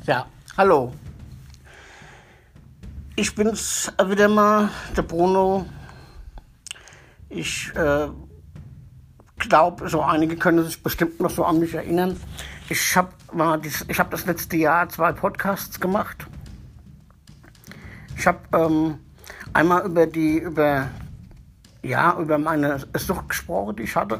Ja, hallo. Ich bin's wieder mal, der Bruno. Ich glaube, so einige können sich bestimmt noch so an mich erinnern. Ich hab das letzte Jahr 2 Podcasts gemacht. Ich habe einmal über meine Sucht gesprochen, die ich hatte.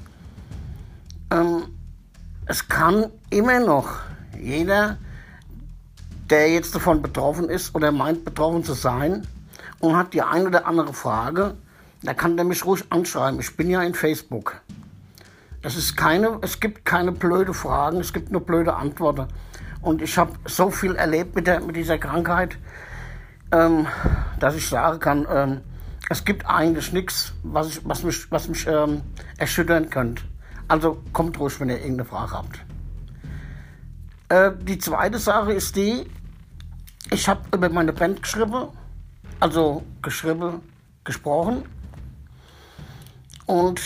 Es kann immer noch jeder, der jetzt davon betroffen ist oder meint, betroffen zu sein und hat die eine oder andere Frage, da kann der mich ruhig anschreiben. Ich bin ja in Facebook. Es gibt keine blöde Fragen, es gibt nur blöde Antworten. Und ich habe so viel erlebt mit dieser Krankheit, dass ich sagen kann, es gibt eigentlich nichts, was mich erschüttern könnte. Also kommt ruhig, wenn ihr irgendeine Frage habt. Die zweite Sache ist die, ich habe über meine Band gesprochen und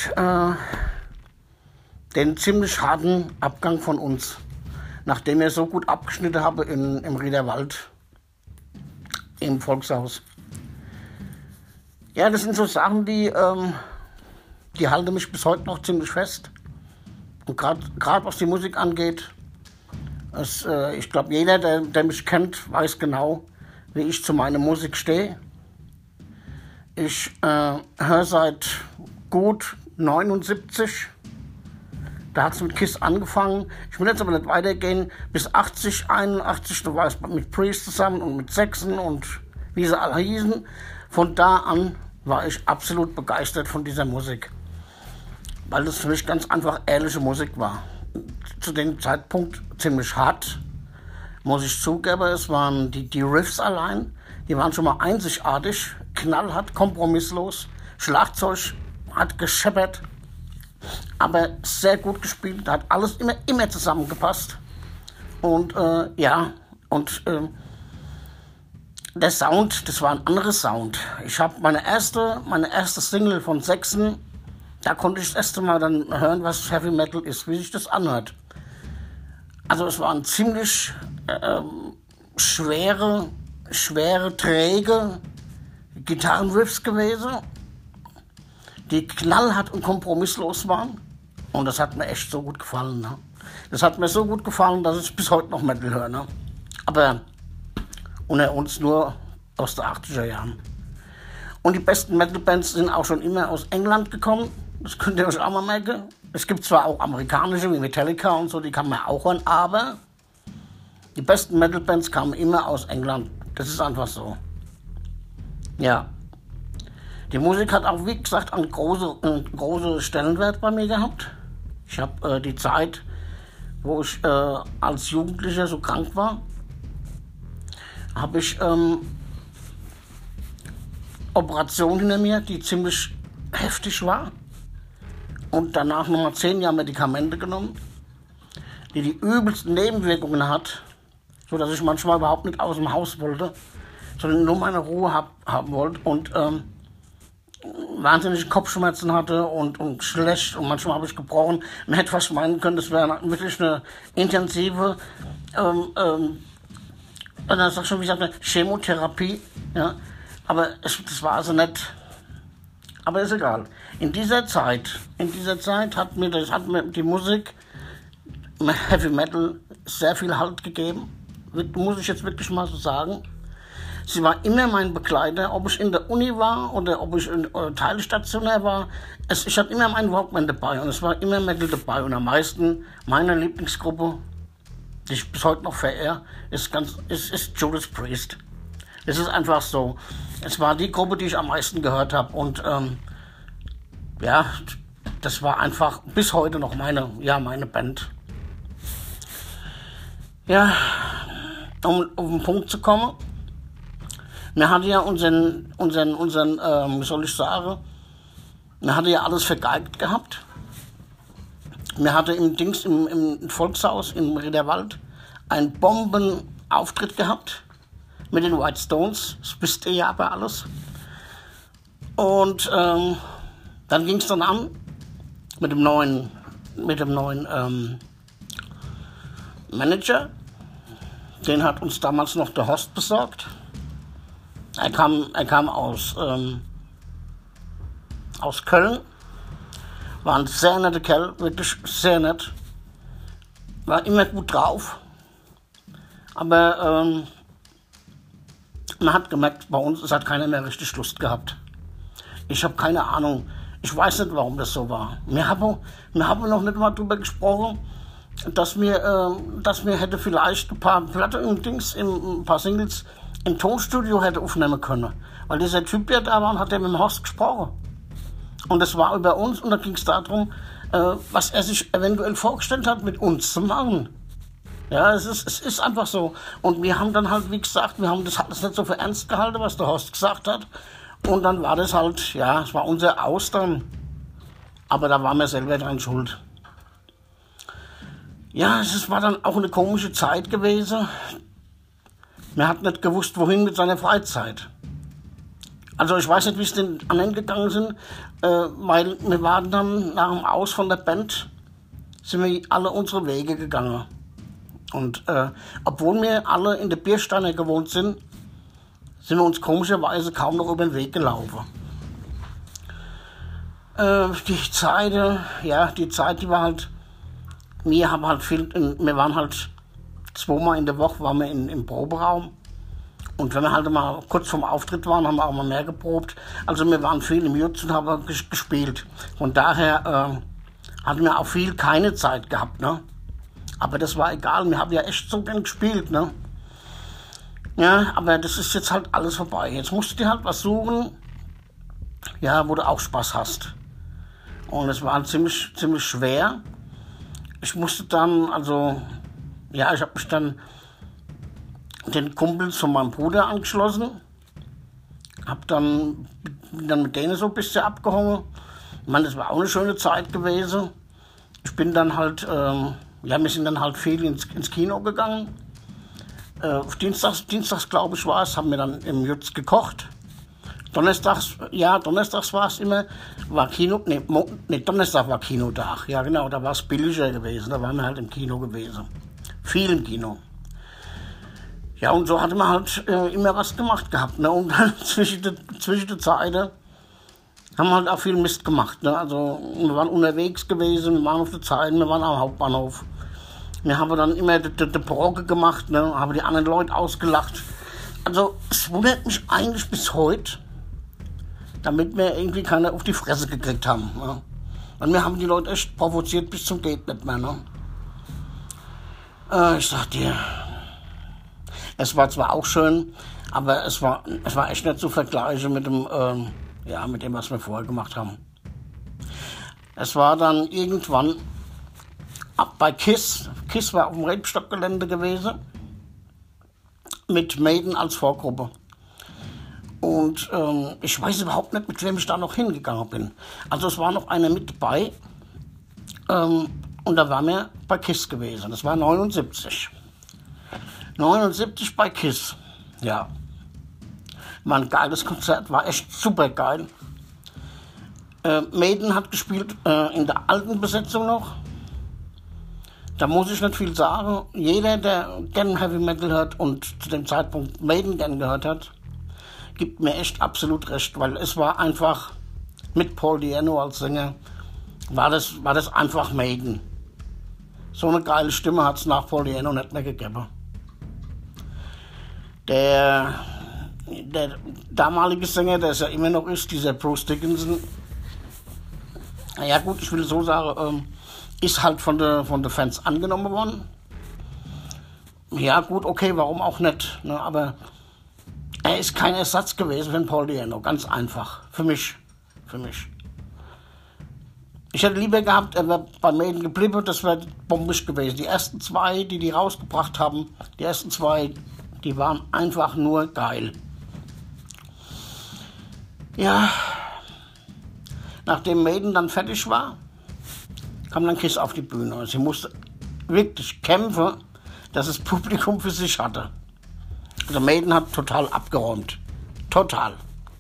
den ziemlich harten Abgang von uns, nachdem wir so gut abgeschnitten haben im Riederwald, im Volkshaus. Ja, das sind so Sachen, die halten mich bis heute noch ziemlich fest. Und gerade was die Musik angeht, ich glaube, jeder, der mich kennt, weiß genau, wie ich zu meiner Musik stehe. Ich höre seit gut 79. Da hat es mit KISS angefangen. Ich will jetzt aber nicht weitergehen. Bis 80, 81, da war ich mit Priest zusammen und mit Saxon und wie sie alle hießen. Von da an war ich absolut begeistert von dieser Musik. Weil das für mich ganz einfach ehrliche Musik war. Zu dem Zeitpunkt ziemlich hart, muss ich zugeben. Es waren die Riffs allein, die waren schon mal einzigartig, knallhart, kompromisslos. Schlagzeug hat gescheppert, aber sehr gut gespielt, da hat alles immer zusammengepasst. Und der Sound, das war ein anderer Sound. Ich habe meine erste Single von Saxon, da konnte ich das erste Mal dann hören, was Heavy Metal ist, wie sich das anhört. Also es waren ziemlich schwere, träge Gitarrenriffs gewesen, die knallhart und kompromisslos waren. Und das hat mir echt so gut gefallen. Ne? Das hat mir so gut gefallen, dass ich bis heute noch Metal höre. Ne? Aber unter uns nur aus den 80er Jahren. Und die besten Metal-Bands sind auch schon immer aus England gekommen. Das könnt ihr euch auch mal merken. Es gibt zwar auch amerikanische wie Metallica und so, die kann man auch hören, aber die besten Metal-Bands kamen immer aus England. Das ist einfach so. Ja. Die Musik hat auch, wie gesagt, einen großen Stellenwert bei mir gehabt. Ich habe die Zeit, wo ich als Jugendlicher so krank war, habe ich Operation hinter mir, die ziemlich heftig war. Und danach nochmal 10 Jahre Medikamente genommen, die übelsten Nebenwirkungen hat, sodass ich manchmal überhaupt nicht aus dem Haus wollte, sondern nur meine Ruhe haben wollte und wahnsinnige Kopfschmerzen hatte und schlecht und manchmal habe ich gebrochen und hätte fast meinen können, das wäre wirklich eine intensive dann sag schon, wie gesagt, Chemotherapie, ja, aber das war also nicht. Aber ist egal. In dieser Zeit hat mir die Musik, Heavy Metal, sehr viel Halt gegeben. Muss ich jetzt wirklich mal so sagen. Sie war immer mein Begleiter, ob ich in der Uni war oder ob ich teilstationär war. Ich hatte immer meinen Walkman dabei und es war immer Metal dabei. Und am meisten meine Lieblingsgruppe, die ich bis heute noch verehre, ist Judas Priest. Es ist einfach so. Es war die Gruppe, die ich am meisten gehört habe. Und das war einfach bis heute noch meine Band. Ja, um auf den Punkt zu kommen. Wir hatten ja wie soll ich sagen, wir hatten ja alles vergeigt gehabt. Wir hatten im Volkshaus im Riederwald einen Bombenauftritt gehabt mit den White Stones. Das wisst ihr ja aber alles. Und dann ging es dann an mit dem neuen Manager. Den hat uns damals noch der Horst besorgt. Er kam aus Köln. War ein sehr netter Kerl, wirklich sehr nett. War immer gut drauf. Aber man hat gemerkt, bei uns es hat keiner mehr richtig Lust gehabt. Ich habe keine Ahnung. Ich weiß nicht, warum das so war. Wir haben noch nicht mal darüber gesprochen, dass mir hätte vielleicht ein paar Platten und Dings, ein paar Singles im Tonstudio hätte aufnehmen können. Weil dieser Typ, der da war, hat ja mit dem Horst gesprochen. Und das war über uns und da ging es darum, was er sich eventuell vorgestellt hat, mit uns zu machen. Ja, es ist einfach so. Und wir haben dann halt, wie gesagt, wir haben das alles nicht so für ernst gehalten, was der Horst gesagt hat. Und dann war das halt, ja, es war unser Austern. Aber da waren wir selber dran schuld. Ja, es war dann auch eine komische Zeit gewesen. Man hat nicht gewusst, wohin mit seiner Freizeit. Also ich weiß nicht, wie es den anderen gegangen sind, weil wir waren dann nach dem Aus von der Band, sind wir alle unsere Wege gegangen. Und obwohl wir alle in der Biersteiner gewohnt sind wir uns komischerweise kaum noch über den Weg gelaufen. Die Zeit, die war halt, wir waren halt 2-mal in der Woche waren wir im Proberaum. Und wenn wir halt mal kurz vorm Auftritt waren, haben wir auch mal mehr geprobt. Also wir waren viel im Jutz und haben gespielt. Von daher hatten wir auch viel keine Zeit gehabt, ne? Aber das war egal, wir haben ja echt so gern gespielt, ne? Ja, aber das ist jetzt halt alles vorbei. Jetzt musst du dir halt was suchen, ja, wo du auch Spaß hast. Und es war ziemlich schwer. Ich musste dann, ich habe mich dann den Kumpels von meinem Bruder angeschlossen. Bin dann mit denen so ein bisschen abgehangen. Ich meine, das war auch eine schöne Zeit gewesen. Ich bin dann halt, wir sind dann halt viel ins Kino gegangen. Dienstags glaube ich war es, haben wir dann im Jutz gekocht. Donnerstags war es immer, Donnerstag war Kinotag. Ja genau, da war es billiger gewesen, da waren wir halt im Kino gewesen. Viel im Kino. Ja, und so hatte man halt immer was gemacht gehabt. Ne? Und dann zwischen den Zeiten haben wir halt auch viel Mist gemacht. Ne? Also wir waren unterwegs gewesen, wir waren auf der Zeit, wir waren am Hauptbahnhof. Wir haben dann immer die Brocke gemacht, ne? Haben die anderen Leute ausgelacht. Also es wundert mich eigentlich bis heute, damit wir irgendwie keiner auf die Fresse gekriegt haben. Ne? Und wir haben die Leute echt provoziert bis zum geht nicht mehr. Ne? Ich sag dir, es war zwar auch schön, aber es war echt nicht zu vergleichen mit dem, was wir vorher gemacht haben. Es war dann irgendwann bei KISS. KISS war auf dem Rebstockgelände gewesen, mit Maiden als Vorgruppe. Und ich weiß überhaupt nicht, mit wem ich da noch hingegangen bin. Also es war noch einer mit dabei und da waren wir bei KISS gewesen. Das war 79. 79 bei KISS. Ja. War ein geiles Konzert, war echt super geil. Maiden hat gespielt in der alten Besetzung noch. Da muss ich nicht viel sagen. Jeder, der gern Heavy Metal hört und zu dem Zeitpunkt Maiden gern gehört hat, gibt mir echt absolut recht, weil es war einfach, mit Paul Di'Anno als Sänger, war das einfach Maiden. So eine geile Stimme hat es nach Paul Di'Anno nicht mehr gegeben. Der damalige Sänger, der es ja immer noch ist, dieser Bruce Dickinson, ja gut, ich will so sagen, ist halt von der Fans angenommen worden. Ja gut, okay, warum auch nicht. Ne? Aber er ist kein Ersatz gewesen für Paul Di'Anno, ganz einfach. Für mich. Ich hätte lieber gehabt, er wäre bei Maiden geblieben, das wäre bombisch gewesen. Die ersten 2, die rausgebracht haben, die waren einfach nur geil. Ja, nachdem Maiden dann fertig war, kam dann KISS auf die Bühne. Sie musste wirklich kämpfen, dass das Publikum für sich hatte. Also Maiden hat total abgeräumt. Total.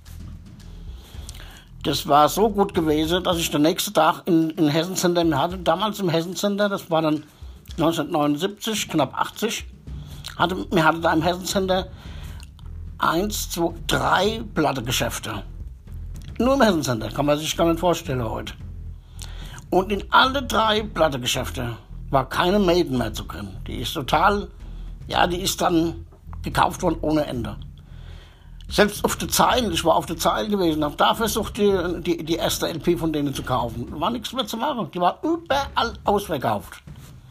Das war so gut gewesen, dass ich den nächsten Tag in Hessen Center hatte. Damals im Hessen Center, das war dann 1979, knapp 80, Wir hatten da im Hessencenter 1, 2, 3 Plattengeschäfte. Nur im Hessencenter, kann man sich gar nicht vorstellen heute. Und in alle 3 Plattengeschäfte war keine Maiden mehr zu kriegen. Die ist die ist dann gekauft worden ohne Ende. Selbst auf der Zeil, ich war auf der Zeil gewesen, habe da versucht, die erste LP von denen zu kaufen. War nichts mehr zu machen. Die war überall ausverkauft.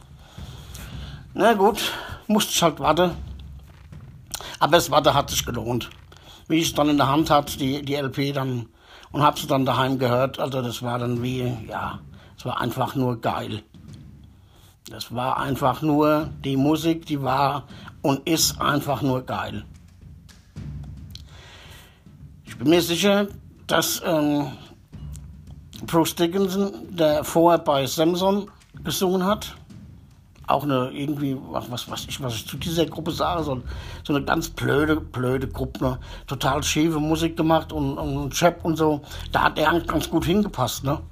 Na gut, musste ich halt warten. Aber das Warten hat sich gelohnt. Wie ich es dann in der Hand hatte, die LP dann, und habe sie dann daheim gehört, also das war dann es war einfach nur geil. Das war einfach nur, die Musik, die war und ist einfach nur geil. Ich bin mir sicher, dass Bruce Dickinson, der vorher bei Samson gesungen hat, auch eine irgendwie, was ich zu dieser Gruppe sagen soll, so eine ganz blöde Gruppe, ne? Total schiefe Musik gemacht und Chap und so, da hat er ganz gut hingepasst, ne?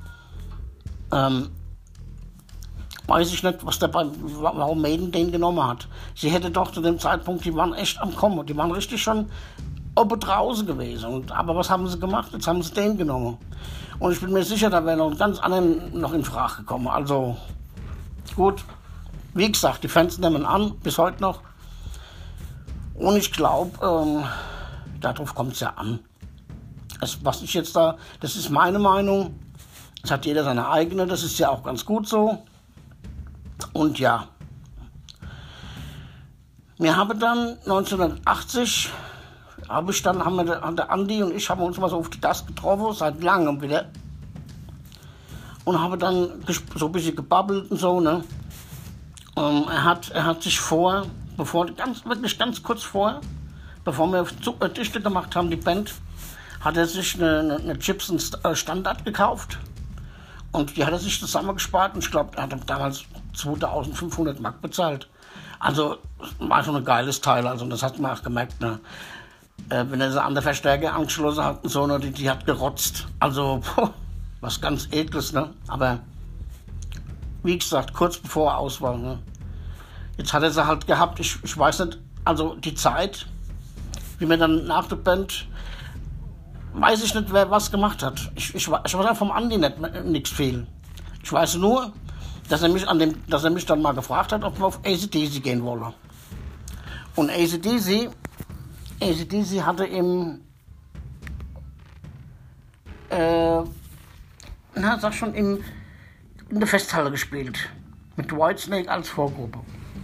Weiß ich nicht, warum Maiden den genommen hat. Sie hätte doch zu dem Zeitpunkt, die waren echt am Kommen, die waren richtig schon oben draußen gewesen. Aber was haben sie gemacht? Jetzt haben sie den genommen. Und ich bin mir sicher, da wäre noch ein ganz anderen noch in Frage gekommen. Also gut, wie gesagt, die Fans nehmen an, bis heute noch. Und ich glaube, darauf kommt es ja an. Was ich jetzt das ist meine Meinung. Es hat jeder seine eigene, das ist ja auch ganz gut so. Und ja, wir haben dann 1980, haben der Andi und ich haben uns mal so auf die Gasse getroffen, seit langem wieder. Und haben dann so ein bisschen gebabbelt und so, ne. Er hat sich wirklich ganz kurz vor, bevor wir Dichte gemacht haben, die Band, hat er sich eine Gibson Standard gekauft. Und die hat er sich zusammengespart und ich glaube, er hat damals 2500 Mark bezahlt. Also war schon ein geiles Teil, also das hat man auch gemerkt, ne. Wenn er sie an der Verstärker angeschlossen hat und so, ne, die hat gerotzt. Also was ganz Ekles, ne. Aber wie gesagt, kurz bevor er aus war, ne. Jetzt hat er sie halt gehabt, ich weiß nicht, also die Zeit, wie mir dann nach der Band, weiß ich nicht, wer was gemacht hat. Ich weiß auch vom Andi nichts viel. Ich weiß nur, dass er mich dann mal gefragt hat, ob wir auf AC/DC gehen wollen. Und AC/DC hatte in der Festhalle gespielt. Mit Whitesnake als Vorgruppe.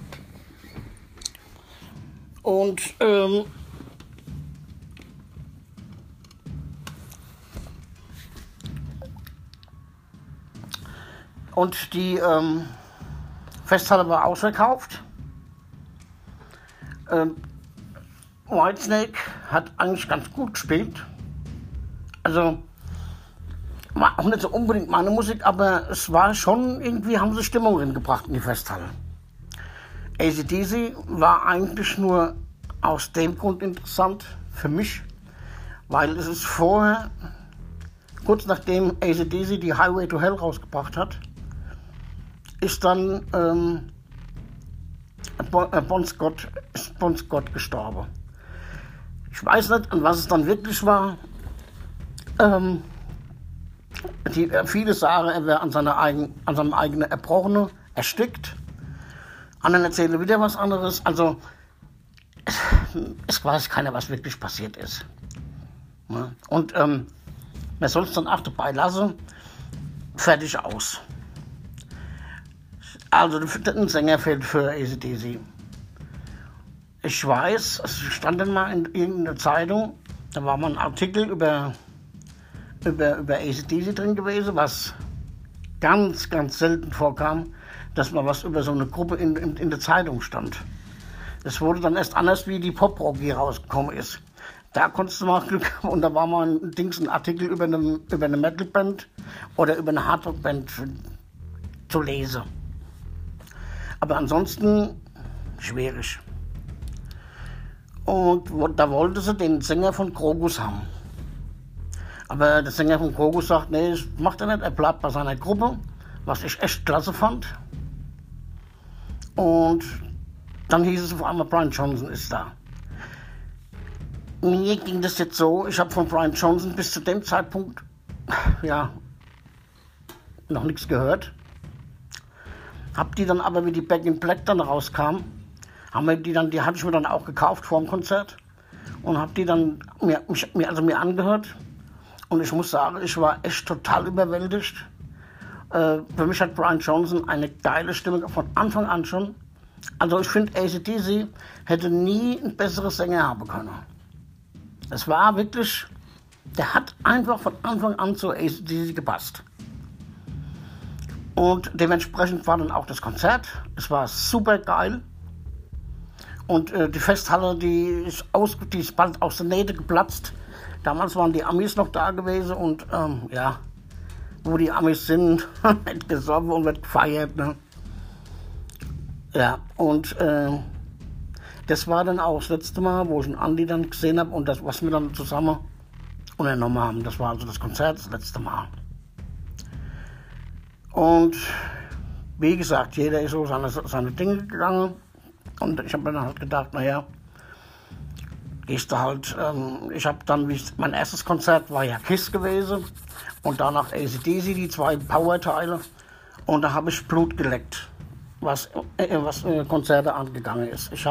Und die Festhalle war ausverkauft. Whitesnake hat eigentlich ganz gut gespielt. Also war auch nicht so unbedingt meine Musik, aber es war schon, irgendwie haben sie Stimmung reingebracht in die Festhalle. AC/DC war eigentlich nur aus dem Grund interessant für mich, weil es ist vorher, kurz nachdem AC/DC die Highway to Hell rausgebracht hat, ist dann Bon Scott gestorben. Ich weiß nicht, an was es dann wirklich war. Viele sagen, er wäre an seinem eigenen Erbrochenen erstickt. Anderen erzählen wieder was anderes. Also es weiß keiner, was wirklich passiert ist. Ja. Und man soll es dann auch dabei lassen. Fertig aus. Also ein Sänger fehlt für AC/DC. Ich weiß, es stand dann mal in irgendeiner Zeitung, da war mal ein Artikel über AC/DC drin gewesen, was ganz, ganz selten vorkam, dass mal was über so eine Gruppe in der Zeitung stand. Das wurde dann erst anders, wie die Pop-Rock hier rausgekommen ist. Da konntest du mal Glück haben und da war mal ein Artikel über eine Metal-Band oder über eine Hardrock-Band zu lesen. Aber ansonsten schwierig. Und da wollte sie den Sänger von Krokus haben. Aber der Sänger von Krokus sagt, nee, das macht er nicht, er bleibt bei seiner Gruppe, was ich echt klasse fand. Und dann hieß es auf einmal, Brian Johnson ist da. Mir ging das jetzt so, ich habe von Brian Johnson bis zu dem Zeitpunkt, ja, noch nichts gehört. Hab die dann aber, wie die Back in Black dann rauskam, die hatte ich mir dann auch gekauft vor dem Konzert und habe die dann mir angehört. Und ich muss sagen, ich war echt total überwältigt. Für mich hat Brian Johnson eine geile Stimme von Anfang an schon. Also ich finde, AC/DC hätte nie ein besseres Sänger haben können. Es war wirklich, der hat einfach von Anfang an zu AC/DC gepasst. Und dementsprechend war dann auch das Konzert. Es war super geil. Und die Festhalle, die ist bald aus der Nähte geplatzt. Damals waren die Amis noch da gewesen und ja, wo die Amis sind, wird gesoffen und wird gefeiert. Ne? Ja, und das war dann auch das letzte Mal, wo ich einen Andi dann gesehen habe und das, was wir dann zusammen unternommen haben. Das war also das Konzert, das letzte Mal. Und wie gesagt, jeder ist so seine Dinge gegangen. Und ich habe mir dann halt gedacht, naja, gehst du halt, ich habe dann, mein erstes Konzert war ja KISS gewesen und danach AC/DC, die 2 Power-Teile. Und da habe ich Blut geleckt, was Konzerte angegangen ist. Ich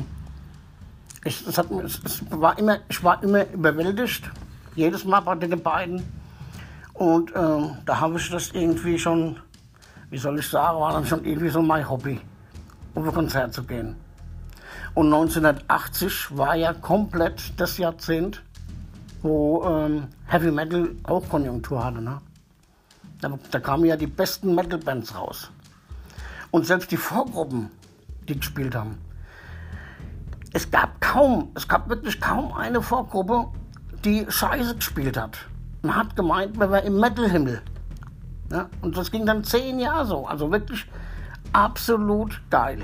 war immer überwältigt, jedes Mal bei den beiden. Und da habe ich das irgendwie schon, wie soll ich sagen, war dann schon irgendwie so mein Hobby, auf ein Konzert zu gehen. Und 1980 war ja komplett das Jahrzehnt, wo Heavy Metal Hochkonjunktur hatte. Ne? Da kamen ja die besten Metal-Bands raus. Und selbst die Vorgruppen, die gespielt haben. Es gab wirklich kaum eine Vorgruppe, die Scheiße gespielt hat. Man hat gemeint, man war im Metal-Himmel. Ja? Und das ging dann 10 Jahre so. Also wirklich absolut geil.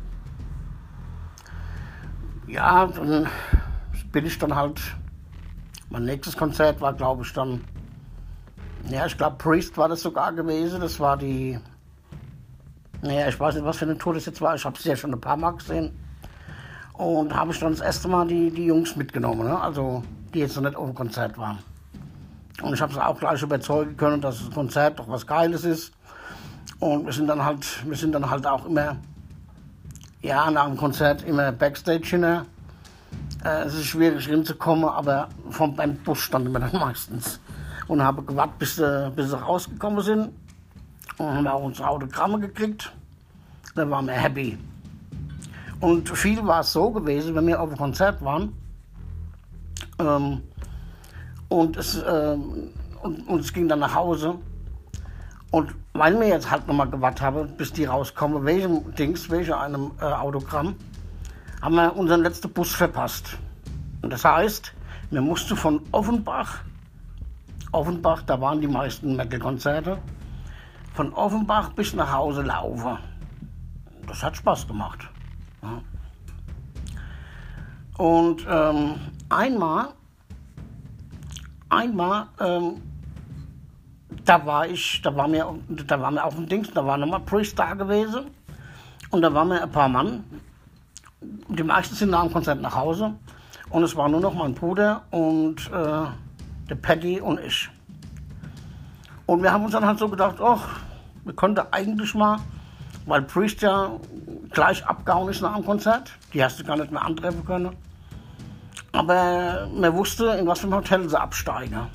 Ja, dann bin ich dann halt, mein nächstes Konzert war, glaube ich, dann, ja, ich glaube, Priest war das sogar gewesen. Das war die, naja, ich weiß nicht, was für eine Tour das jetzt war. Ich habe sie ja schon ein paar Mal gesehen. Und habe ich dann das erste Mal die Jungs mitgenommen, ne? Also die jetzt noch nicht auf dem Konzert waren. Und ich habe sie auch gleich überzeugen können, dass das Konzert doch was Geiles ist. Und wir sind dann halt auch immer, ja, nach dem Konzert immer Backstage hin. Es ist schwierig hinzukommen, aber vom Bandbus standen wir dann meistens. Und habe gewartet, bis sie rausgekommen sind. Und haben auch unsere Autogramme gekriegt. Da waren wir happy. Und viel war es so gewesen, wenn wir auf dem Konzert waren. Und es ging dann nach Hause. Und weil wir jetzt halt nochmal gewartet haben, bis die rauskommen, welche einem Autogramm, haben wir unseren letzten Bus verpasst. Und das heißt, wir mussten von Offenbach, da waren die meisten Metal-Konzerte, von Offenbach bis nach Hause laufen. Das hat Spaß gemacht. Ja. Und einmal, da waren wir auf dem Dings, da war nochmal Priest da gewesen und da waren wir ein paar Mann. Die meisten sind nach dem Konzert nach Hause und es war nur noch mein Bruder und der Paddy und ich. Und wir haben uns dann halt so gedacht, wir könnten eigentlich mal, weil Priest ja gleich abgehauen ist nach dem Konzert, die hast du gar nicht mehr antreffen können. Aber man wusste, in was für einem Hotel sie absteigen.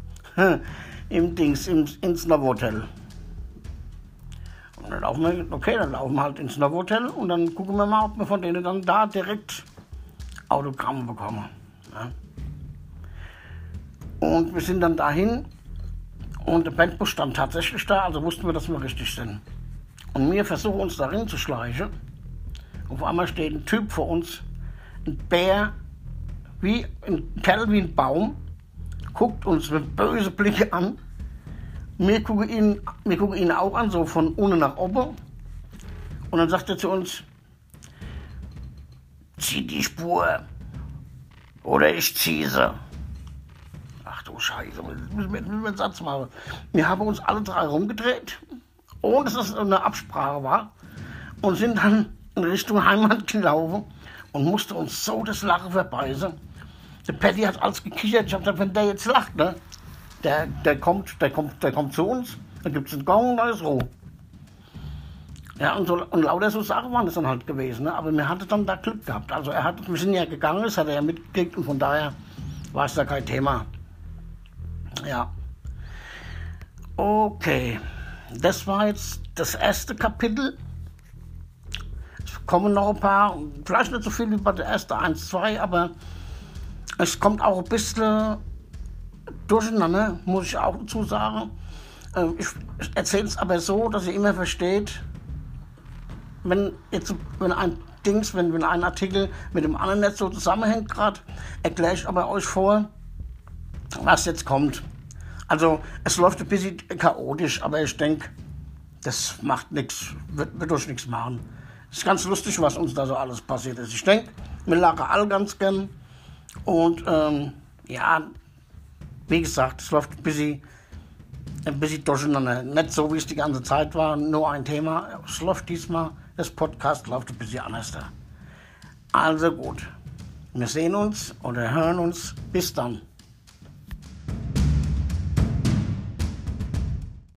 Ins Novotel. Und dann laufen wir halt ins Novotel und dann gucken wir mal, ob wir von denen dann da direkt Autogramme bekommen. Ja. Und wir sind dann dahin und der Bandbus stand tatsächlich da, also wussten wir, dass wir richtig sind. Und wir versuchen uns darin zu schleichen. Auf einmal steht ein Typ vor uns, ein Bär, wie ein Baum, guckt uns mit bösen Blicken an. Wir gucken ihn auch an, so von unten nach oben. Und dann sagt er zu uns, zieh die Spur oder ich ziehe sie. Ach du Scheiße, müssen wir einen Satz machen. Wir haben uns alle 3 rumgedreht, ohne dass es eine Absprache war. Und sind dann in Richtung Heimat gelaufen und musste uns so das Lachen verbeißen. Der Paddy hat alles gekichert. Ich habe gesagt, wenn der jetzt lacht, ne, der kommt zu uns, dann gibt es einen Gong und alles Ruhe. Ja, und lauter so Sachen waren das dann halt gewesen. Ne? Aber wir hatten dann da Glück gehabt. Also wir sind ja gegangen, das hat er ja mitgekriegt und von daher war es da kein Thema. Ja. Okay. Das war jetzt das erste Kapitel. Es kommen noch ein paar, vielleicht nicht so viel wie bei der ersten 1, 2, aber es kommt auch ein bisschen durcheinander, muss ich auch dazu sagen. Ich erzähle es aber so, dass ihr immer versteht, wenn ein Artikel mit dem anderen nicht so zusammenhängt gerade, erkläre ich aber euch vor, was jetzt kommt. Also es läuft ein bisschen chaotisch, aber ich denke, das macht nichts, wird euch nichts machen. Es ist ganz lustig, was uns da so alles passiert ist. Ich denke, wir lachen alle ganz gern. Und ja, wie gesagt, es läuft ein bisschen durcheinander. Nicht so, wie es die ganze Zeit war, nur ein Thema. Es läuft diesmal, das Podcast läuft ein bisschen anders da. Also gut, wir sehen uns oder hören uns. Bis dann.